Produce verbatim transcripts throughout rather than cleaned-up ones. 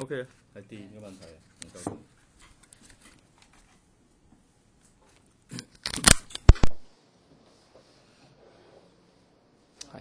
OK，係電嘅問題，唔夠。 係。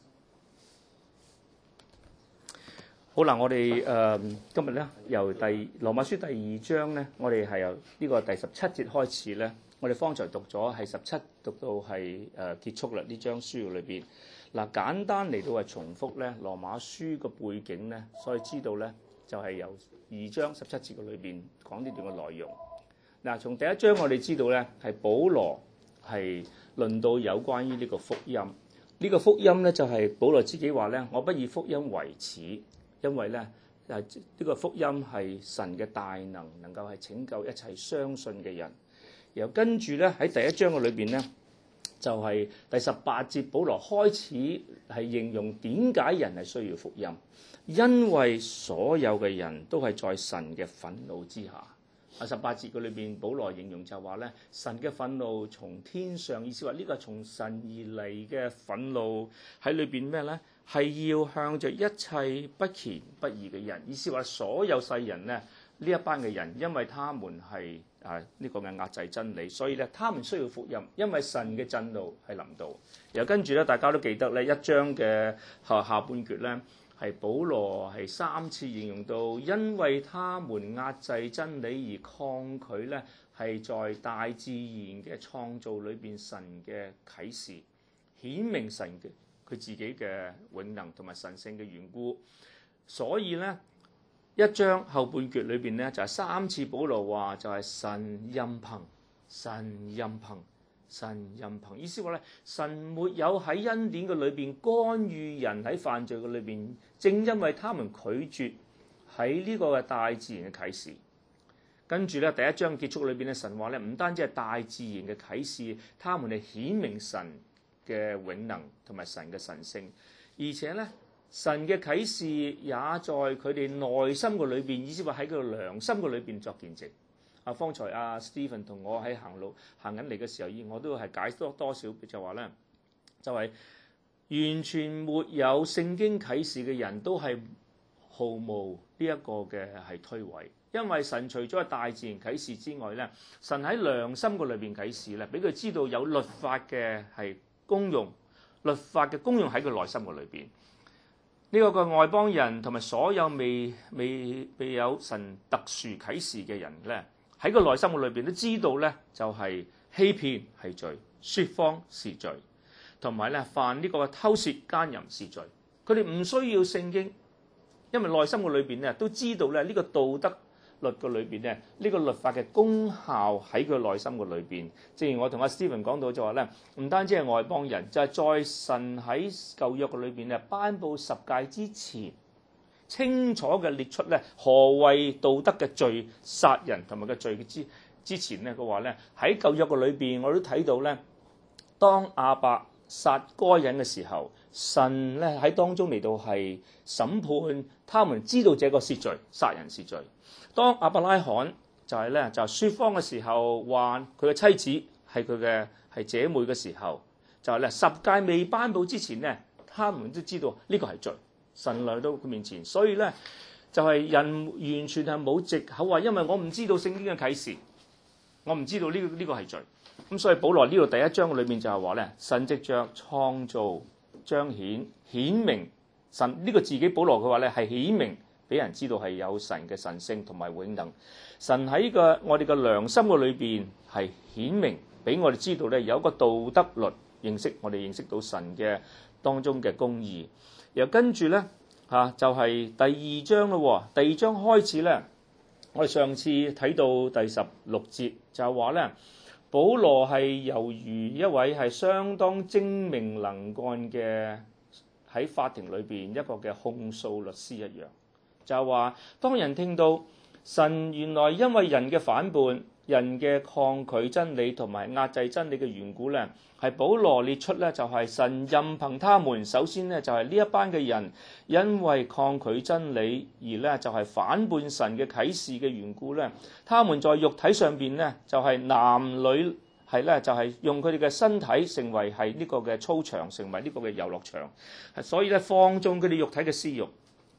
好啦，我哋誒、呃、今日咧由第羅馬書第二章咧，我哋係由呢個第十七節開始咧，我哋方才讀咗係十七讀到係誒、呃、結束啦。呢章書裏邊嗱，簡單嚟到係重複咧羅馬書個背景咧，所以知道咧就係、是、由二章十七節嘅裏邊講呢段嘅內容。嗱，從第一章我哋知道咧係保羅係論到有關於呢個福音，呢、這個福音咧就係、是、保羅自己話咧，我不以福音為恥。因為咧，誒、這、呢個福音係神嘅大能，能夠係拯救一切相信嘅人。然後跟住咧喺第一章嘅裏邊咧，就係、是、第十八節，保羅開始係形容點解人係需要福音，因為所有嘅人都係在神嘅憤怒之下。啊，十八節嘅裏邊，保羅形容就話咧，神嘅憤怒從天上，意思話呢個係從神而嚟嘅憤怒喺裏邊咩咧？係要向着一切不虔不義嘅人，意思話所有世人咧，呢一班嘅人，因為他們係啊呢個嘅壓制真理，所以咧他們需要福音，因為神嘅震怒係臨到。然後跟住咧，大家都記得咧一章嘅下下半橛咧，係保羅係三次形容到，因為他們壓制真理而抗拒咧，係在大自然嘅創造裏邊神嘅啟示，顯明神嘅佢自己嘅永能同埋神聖嘅緣故。所以咧一章後半橛裏邊咧就係、是、三次保羅話就係神任憑，神任憑，神任憑，意思話咧神沒有喺恩典嘅裏邊干預人喺犯罪嘅裏邊，正因為他們拒絕喺呢個嘅大自然嘅啟示。跟住咧第一章結束裏邊咧，神話咧唔單止係大自然嘅啟示，他們係顯明神嘅永能同埋神嘅神性，而且咧神嘅啟示也在佢哋內心嘅裏邊，意思話喺佢良心嘅裏邊作見證。啊，方才阿 Stephen 同我喺行路行緊嚟嘅時候，我都係解多多少就話咧，就係、是、完全沒有聖經啟示嘅人都係毫無呢一個嘅係推諉，因為神除咗係大自然啟示之外咧，神喺良心嘅裏邊啟示咧，俾佢知道有律法嘅係功用，律法嘅功用喺佢內心嘅裏邊。呢、這個個外邦人同埋所有未未未有神特殊啟示嘅人咧，喺個內心嘅裏邊都知道咧，就係欺騙係罪，説謊是罪，同埋咧犯呢個偷竊奸淫是罪。佢哋唔需要聖經，因為內心嘅裏邊咧都知道咧呢個道德律嘅裏邊咧，呢個律法嘅功效喺佢內心嘅裏邊。正如我同阿 Stephen 講到就話咧，唔單止係外邦人，就係、是、在神喺舊約嘅裏邊咧頒布十誡之前，清楚嘅列出咧何為道德嘅罪、殺人同埋嘅罪之之前咧，佢話咧喺舊約嘅裏邊，我都睇到咧，當亞伯殺該隱嘅時候，神咧喺當中嚟到係審判，他們知道這個是罪，殺人是罪。當亞伯拉罕就係咧就説謊嘅時候，話佢嘅妻子係佢嘅係姐妹嘅時候，就係咧十誡未頒布之前咧，他們都知道呢個係罪。神來到佢面前，所以咧就係、是、人完全係冇藉口話，因為我唔知道聖經嘅啟示，我唔知道呢、這個呢、這個係罪。咁所以保羅呢度第一章裏面就係話咧，神藉着創造彰顯顯明神呢、這個自己保羅嘅話咧係顯明。俾人知道係有神嘅神性同埋永能，神喺個我哋嘅良心嘅裏邊係顯明，俾我哋知道咧有一個道德律認識，我哋認識到神嘅當中嘅公義。然後跟住咧嚇就係、是、第二章咯，第二章開始咧，我哋上次睇到第十六節就係話咧，保羅係猶如一位係相當精明能幹嘅喺法庭裏邊一個嘅控訴律師一樣。就係話，當人聽到神原來因為人嘅反叛、人嘅抗拒真理同埋壓制真理嘅緣故咧，係保羅列出咧就係神任憑他們。首先咧就係呢一班嘅人因為抗拒真理而咧就係反叛神嘅啟示嘅緣故咧，他們在肉體上邊咧就係男女係咧就係用佢哋嘅身體成為係呢個嘅操場，成為呢個嘅遊樂場，所以咧放縱佢哋肉體嘅私慾。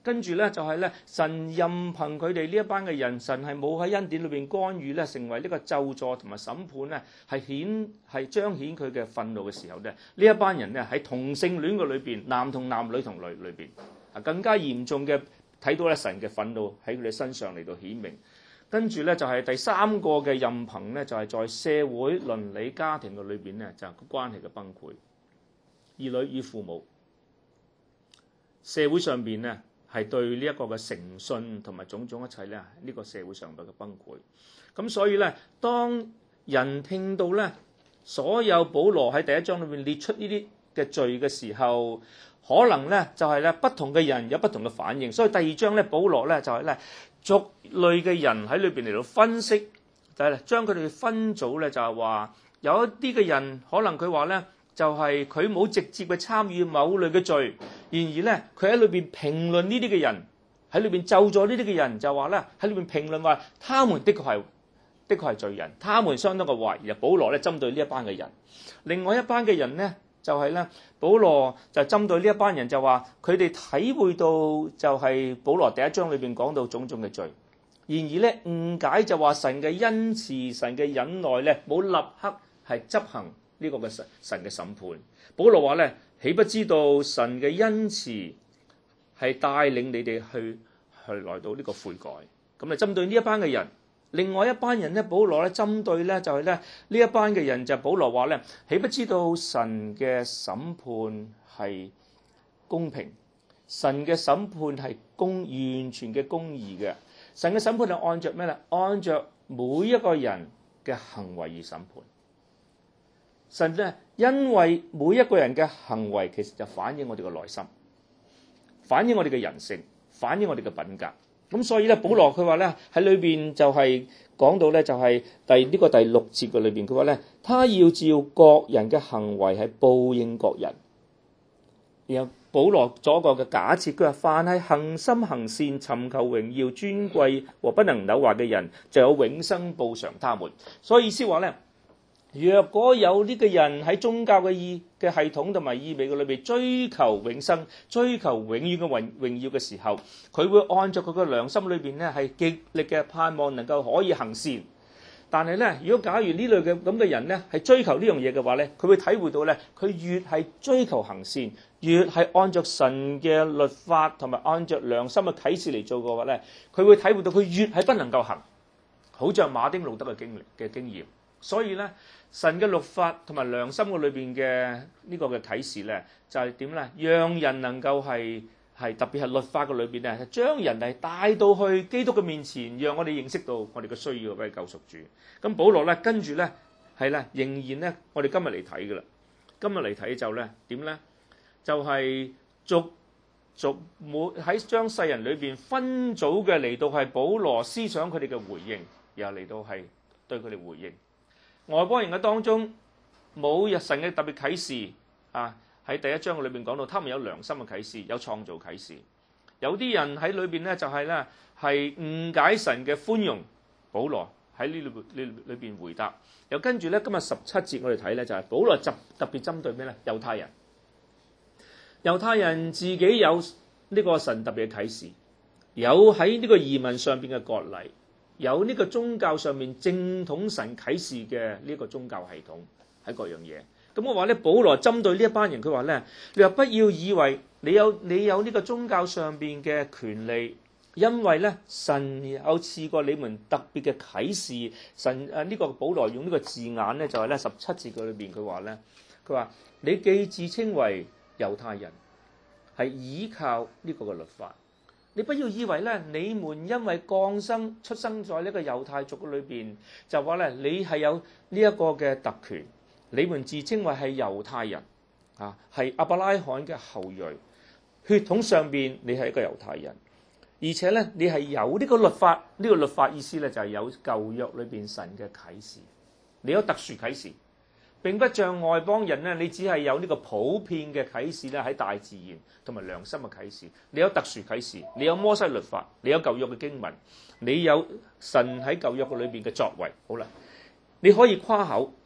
跟住咧就係咧，神任憑佢哋呢一班嘅人，神係冇喺恩典裏邊干預咧，成為呢個咒詛同埋審判咧，係顯係彰顯佢嘅憤怒嘅時候咧，呢一班人咧喺同性戀嘅裏邊，男同男、女同女裏邊，啊更加嚴重嘅睇到咧神嘅憤怒喺佢哋身上嚟到顯明。跟住咧就係第三個嘅任憑咧，就係在社會倫理家庭嘅裏邊咧，就係個關係嘅崩潰，兒女與父母，社會上邊咧。係對呢一個嘅誠信同埋種種一切咧，呢個社會上邊嘅崩潰。咁所以咧，當人聽到咧，所有保羅喺第一章裏面列出呢啲嘅罪嘅時候，可能咧就係咧不同嘅人有不同嘅反應。所以第二章咧，保羅咧就係咧族類嘅人喺裏邊嚟到分析，就係咧將佢哋分組咧，就係話有一啲嘅人可能佢話咧。就係佢冇直接嘅參與某類嘅罪，然而咧佢喺裏邊評論呢啲嘅人，喺裏邊咒咗呢啲嘅人，就話咧喺裏邊評論話，他們的確係的確係罪人，他們相當嘅壞。而保羅咧針對呢一班嘅人，另外一班嘅人咧就係咧保羅就針對呢一班人就話佢哋體會到就係保羅第一章裏邊講到種種嘅罪，然而咧誤解就話神嘅恩慈、神嘅忍耐咧冇立刻係執行。呢個嘅神神嘅審判，保羅話咧，豈不知道神嘅恩慈係帶領你哋去去來到呢個悔改？咁啊，針對呢一班嘅人，另外一班人咧，保羅咧針對咧就係咧呢一班嘅人就保羅話咧，豈不知道神嘅審判係公平？神嘅審判係公完全嘅公義嘅。神嘅審判係按着咩咧？按着每一個人嘅行為而審判。神咧，因為每一個人嘅行為其實就反映我哋嘅內心，反映我哋嘅人性，反映我哋嘅品格。咁所以咧，保羅佢話咧喺裏邊就係講到咧就係第呢個第六節嘅裏邊，佢話咧，他要照各人嘅行為係報應各人。然後保羅做一個嘅假設，佢話凡係恒心行善、尋求榮耀、尊貴和不能朽壞嘅人，就有永生報償他們。所以意思話咧。若果有呢個人喺宗教嘅意嘅系統同埋意味嘅裏邊追求永生、追求永遠嘅榮榮耀嘅時候，佢會按照佢嘅良心裏邊咧係極力嘅盼望能夠可以行善。但係咧，如果假如呢類嘅咁嘅人咧係追求呢樣嘢嘅話咧，佢會體會到咧，佢越係追求行善，越係按照神嘅律法同埋按照良心嘅啟示嚟做嘅話咧，佢會體會到佢越係不能夠行，好像馬丁路德嘅經歷嘅經驗。所以咧，神嘅律法同埋良心嘅裏邊嘅呢個嘅啟示咧，就係點咧？讓人能夠係係特別係律法嘅裏邊咧，係將人係帶到去基督嘅面前，讓我哋認識到我哋嘅需要嘅救贖主。咁保羅咧跟住咧係咧仍然咧，我哋今日嚟睇嘅啦。今日嚟睇就咧點咧？就係逐逐每喺將世人裏邊分組嘅嚟到係保羅思想佢哋嘅回應，又嚟到係對佢哋回應。外邦人嘅當中冇日神嘅特別啟示啊！喺第一章裏邊講到，他們有良心嘅啟示，有創造啟示。有啲人喺裏邊咧，就係咧係誤解神嘅寬容。保羅喺呢裏裏裏邊回答。又跟住咧，今日十七節我哋睇咧，就係保羅特特別針對咩咧？猶太人，猶太人自己有呢個神特別嘅啟示，有喺呢個移民上邊嘅割禮。有呢個宗教上面正統神啟示嘅呢個宗教系統喺各樣嘢。咁我話咧，保羅針對呢一班人，佢話咧，你話不要以為你有你有呢個宗教上邊嘅權利，因為咧神有賜過你們特別嘅啟示。神誒呢、啊這個保羅用呢個字眼咧，就係咧十七節嘅裏邊，佢話咧，佢話你既自稱為猶太人，係依靠呢個嘅律法。你不要以為咧，你們因為降生出生在呢個猶太族嘅裏邊，就話咧你係有呢一個嘅特權。你們自稱為係猶太人，啊，係亞伯拉罕嘅後裔，血統上邊你係一個猶太人，而且咧你係有呢個律法。呢、這個律法意思咧就係有舊約裏邊神嘅啟示，你有特殊啟示。並不像外邦人咧，你只係有呢個普遍嘅啟示咧，喺大自然同埋良心嘅啟示。你有特殊啟示，你有摩西律法，你有舊約嘅經文，你有神喺舊約嘅裏邊嘅作為。好啦，你可以誇口，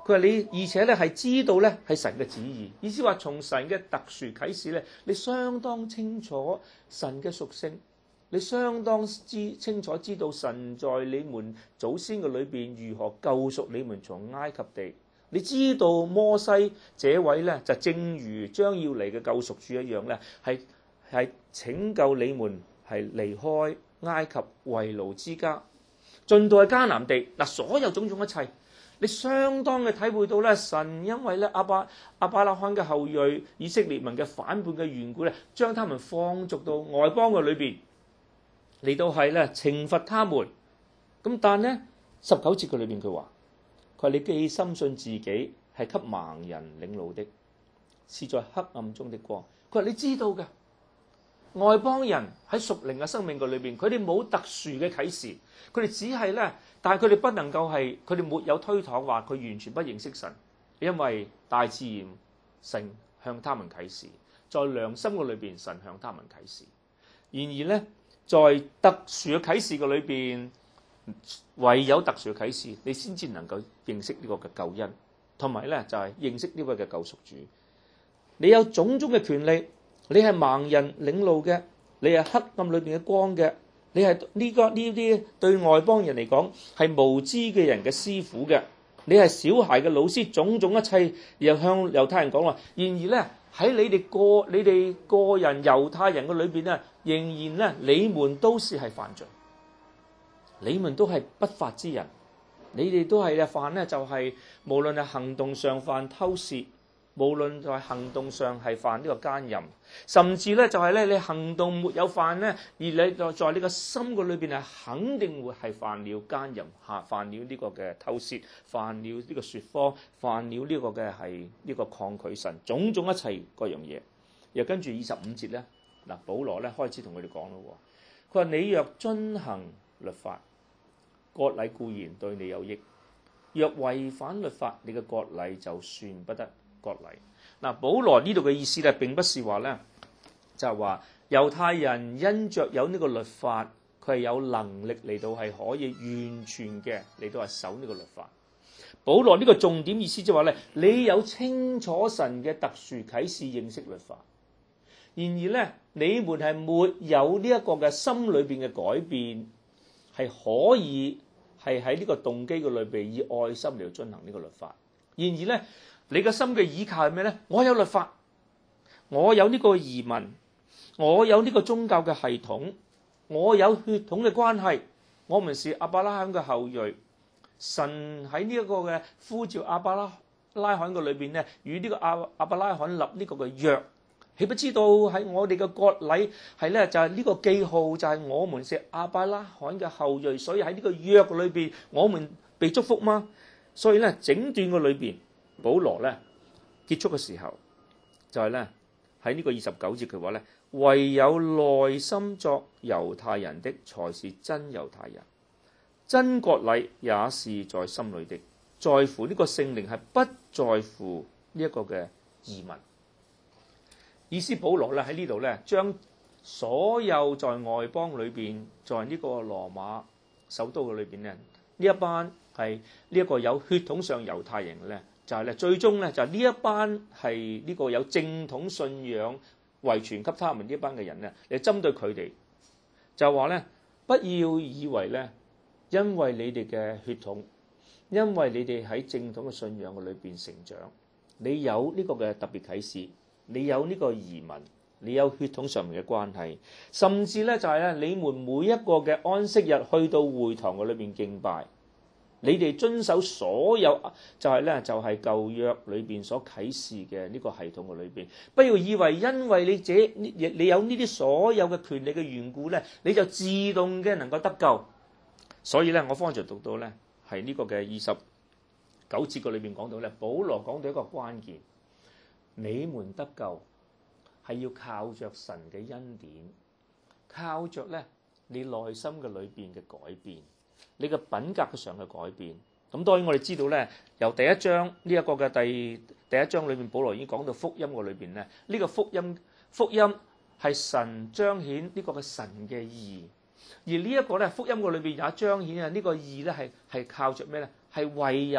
佢話你而且咧係知道咧係神嘅旨意，意思話從神嘅特殊啟示咧，你相當清楚神嘅屬性，你相當之清楚知道神在你們祖先嘅裏邊如何救贖你們從埃及地。你知道摩西這位咧就正如將要嚟嘅救贖主一樣咧，係係拯救你們係離開埃及為奴之家，進到去迦南地嗱，所有種種一切。你相當嘅體會到咧，神因為咧亞伯亞伯拉罕嘅後裔以色列民嘅反叛嘅緣故咧，將他們放逐到外邦嘅裏邊，嚟到係咧懲罰他們。咁但咧十九節嘅裏邊佢話：佢話你既深信自己係給盲人領路的，是在黑暗中的光。佢話你知道嘅。外邦人喺屬靈嘅生命嘅裏邊，佢哋冇特殊嘅啟示，佢哋只係咧，但係佢哋不能夠係，佢哋沒有推搪話佢完全不認識神，因為大自然神向他們啟示，在良心嘅裏邊神向他們啟示。然而咧，在特殊嘅啟示嘅裏邊，唯有特殊嘅啟示，你先至能夠認識呢個嘅救恩，同埋咧就係認識呢位嘅救贖主。你有種種嘅權利。你係盲人領路嘅，你係黑暗裏邊嘅光嘅，你係呢個呢啲對外邦人嚟講係無知嘅人嘅師傅嘅，你係小孩嘅老師，種種一切又向猶太人講話。然而咧喺你哋個你哋個人猶太人嘅裏邊咧，仍然咧你們都是係犯罪，你們都係不法之人，你哋都係犯咧就係、是、無論係行動上犯偷竊。無論在行動上係犯呢個奸淫，甚至咧就係咧你行動沒有犯咧，而你在在你個心個裏邊係肯定會係犯了奸淫，嚇犯了呢個嘅偷竊，犯了呢個説謊，犯了呢個嘅係呢個抗拒神，種種一切各樣嘢。又跟住二十五節咧，嗱保羅咧開始同佢哋講咯，佢話你若遵行律法，割禮固然對你有益；若違反律法，你嘅割禮就算不得割禮。嗱，保羅呢度嘅意思咧，並不是話咧，就係話猶太人因着有呢個律法，佢係有能力嚟到係可以完全嘅嚟到係守呢個律法。保羅呢個重點意思就係話咧，你有清楚神嘅特殊啟示，認識律法。然而咧，你們係沒有呢一個嘅心裏邊嘅改變，係可以係喺呢個動機嘅裏邊以愛心嚟到進行呢個律法。然而咧，你嘅心嘅依靠係咩咧？我有律法，我有呢個移民，我有呢個宗教嘅系統，我有血統嘅關係，我們是亞伯拉罕嘅後裔。神喺呢一個嘅呼召亞伯拉拉罕嘅裏邊咧，與呢個亞亞伯拉罕立呢個嘅約，豈不知道喺我哋嘅割禮係咧就係、是、呢個記號，就係、是、我們是亞伯拉罕嘅後裔，所以喺呢個約裏邊，我們被祝福嗎？所以咧，整段嘅裏邊。保羅咧結束嘅時候就係咧喺呢個二十九節佢話咧，唯有內心作猶太人的才是真猶太人，真割禮也是在心裏的，在乎呢個聖靈係不在乎呢一個嘅移民。意思保羅咧喺呢度咧將所有在外邦裏邊，在呢個羅馬首都嘅裏邊咧，呢一班係呢一個有血統上猶太人嘅咧。就係咧，最終咧就係呢一班係呢個有正統信仰遺傳給他們呢一班嘅人咧，嚟針對佢哋，就話咧，不要以為咧，因為你哋嘅血統，因為你哋喺正統嘅信仰嘅裏邊成長，你有呢個嘅特別啟示，你有呢個移民，你有血統上面嘅關係，甚至咧就係咧，你們每一個嘅安息日去到會堂嘅裏邊敬拜。你哋遵守所有就係咧，就係舊約裏邊所啟示嘅呢個系統嘅裏邊。不要以為因為你這你有呢啲所有嘅權利嘅緣故咧，你就自動嘅能夠得救。所以咧，我方才讀到咧係呢個嘅二十九節嘅裏邊講到咧，保羅講到一個關鍵，你們得救係要靠着神嘅恩典，靠着咧你內心嘅裏邊嘅改變。你嘅品格上嘅改變，咁當然我哋知道咧，由第一章呢一個嘅第第一章裏面，保羅已經講到福音嘅裏邊咧，呢個福音福音係神彰顯呢個嘅神嘅義，而呢一個咧福音嘅裏邊也彰顯啊呢個義咧係係靠着咩咧？係唯有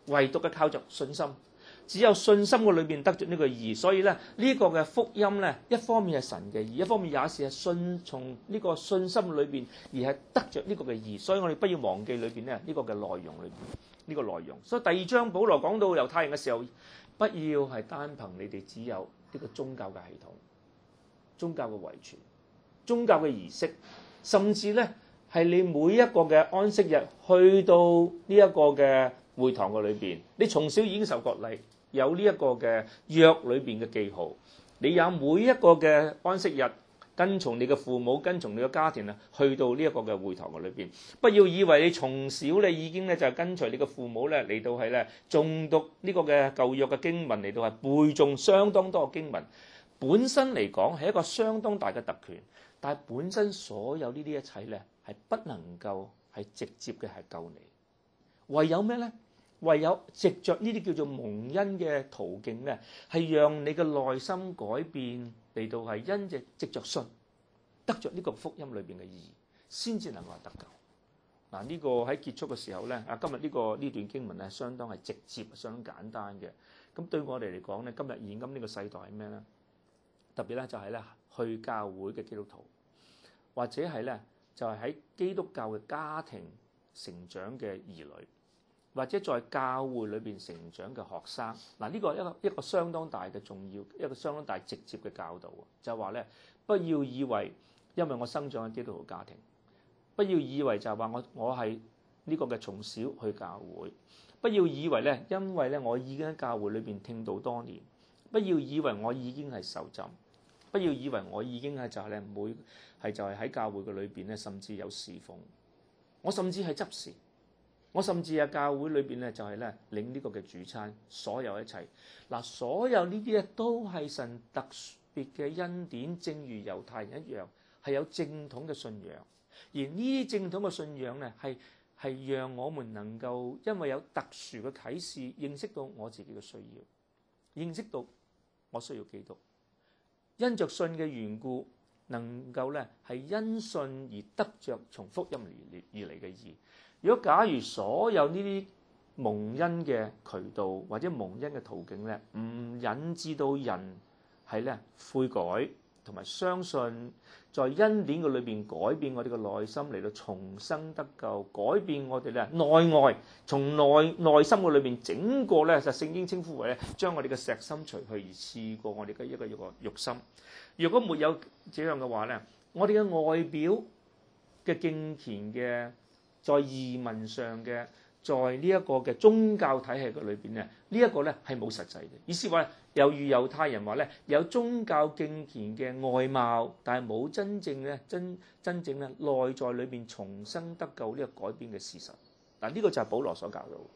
唯獨嘅靠着信心。只有信心嘅裏邊得着呢個義，所以咧呢、這個嘅福音咧，一方面係神嘅義，一方面也是係信從呢個信心裏邊而係得着呢個嘅義。所以我哋不要忘記裏邊咧呢、這個嘅內容裏邊呢、這個內容。所以第二章保羅講到猶太人嘅時候，不要係單憑你哋只有呢個宗教嘅系統、宗教嘅遺傳、宗教嘅儀式，甚至咧係你每一個嘅安息日去到呢一個嘅會堂嘅裏邊，你從小已經受割禮。有呢一個嘅約裏邊嘅記號，你有每一個嘅安息日，跟從你嘅父母，跟從你嘅家庭啊，去到呢一個嘅會堂嘅裏邊。不要以為你從小你已經咧就係跟隨你嘅父母咧嚟到係咧誦讀呢個嘅舊約嘅經文，嚟到係背誦相當多嘅經文，本身嚟講係一個相當大嘅特權，但係本身所有呢啲一切咧係不能夠係直接嘅係救你，唯有咩咧？唯有藉着呢啲叫做蒙恩嘅途徑咧，係讓你嘅內心改變，嚟到係因藉藉着信得着呢個福音裏邊嘅意義，先至能夠得救。嗱、這、呢個喺結束嘅時候咧，啊今日呢個呢段經文咧，相當係直接、相當簡單嘅。咁對我哋嚟講咧，今日現今呢個世代係咩咧？特別咧就係咧去教會嘅基督徒，或者係咧就係喺基督教嘅家庭成長嘅兒女。或者在教會裏邊成長嘅學生，嗱、這、呢個一個一個相當大嘅重要，一個相當大直接嘅教導，就係話咧，不要以為因為我生長喺基督徒家庭，不要以為就係話我我係呢個嘅從小去教會，不要以為咧，因為咧我已經喺教會裏邊聽到多年，不要以為我已經係受浸，不要以為我已經係就係咧每係就係喺教會嘅裏邊咧，甚至有侍奉，我甚至係執事。我甚至喺教會裏邊咧，就係咧領呢個嘅主餐，所有一切嗱，所有呢啲咧都係神特別嘅恩典，正如猶太人一樣，係有正統嘅信仰。而呢啲正統嘅信仰咧，係係讓我們能夠因為有特殊嘅啟示，認識到我自己嘅需要，認識到我需要基督，因着信嘅緣故，能夠咧係因信而得着從福音而而嚟嘅義。如果假如所有呢啲蒙恩嘅渠道或者蒙恩嘅途徑咧，唔引致到人係咧悔改同埋相信，在恩典嘅裏邊改變我哋嘅內心嚟到重生得救，改變我哋咧內外，從內內心嘅裏邊整個咧就聖經稱呼為咧將我哋嘅石心除去而賜過我哋嘅一個一個肉心。如果沒有這樣嘅話咧，我哋嘅外表嘅敬虔嘅，在義文上嘅，在呢一個嘅宗教體系嘅裏邊咧，呢、這、一個咧係冇實際嘅。意思話，猶如猶太人話咧，有宗教敬虔嘅外貌，但係冇真正咧真真正咧內在裏邊重生得救呢個改變嘅事實。嗱，呢個就係保羅所教導。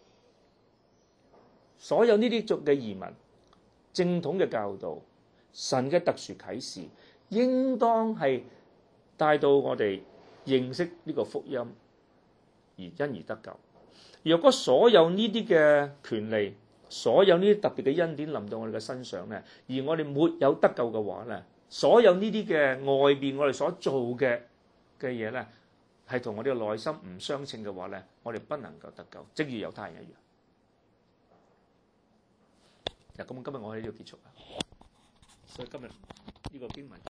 所有呢啲族嘅移民、正統嘅教導、神嘅特殊啟示，應當係帶到我哋認識呢個福音。而因而得救。若果所有呢啲嘅權利，所有呢啲特別嘅恩典臨到我哋嘅身上咧，而我哋沒有得救嘅話咧，所有呢啲嘅外邊我哋所做嘅嘅嘢咧，係同我哋嘅內心唔相稱嘅話咧，我哋不能夠得救，正如猶太人一樣。嗱，咁今日我喺呢度結束啦。所以今日呢個經文。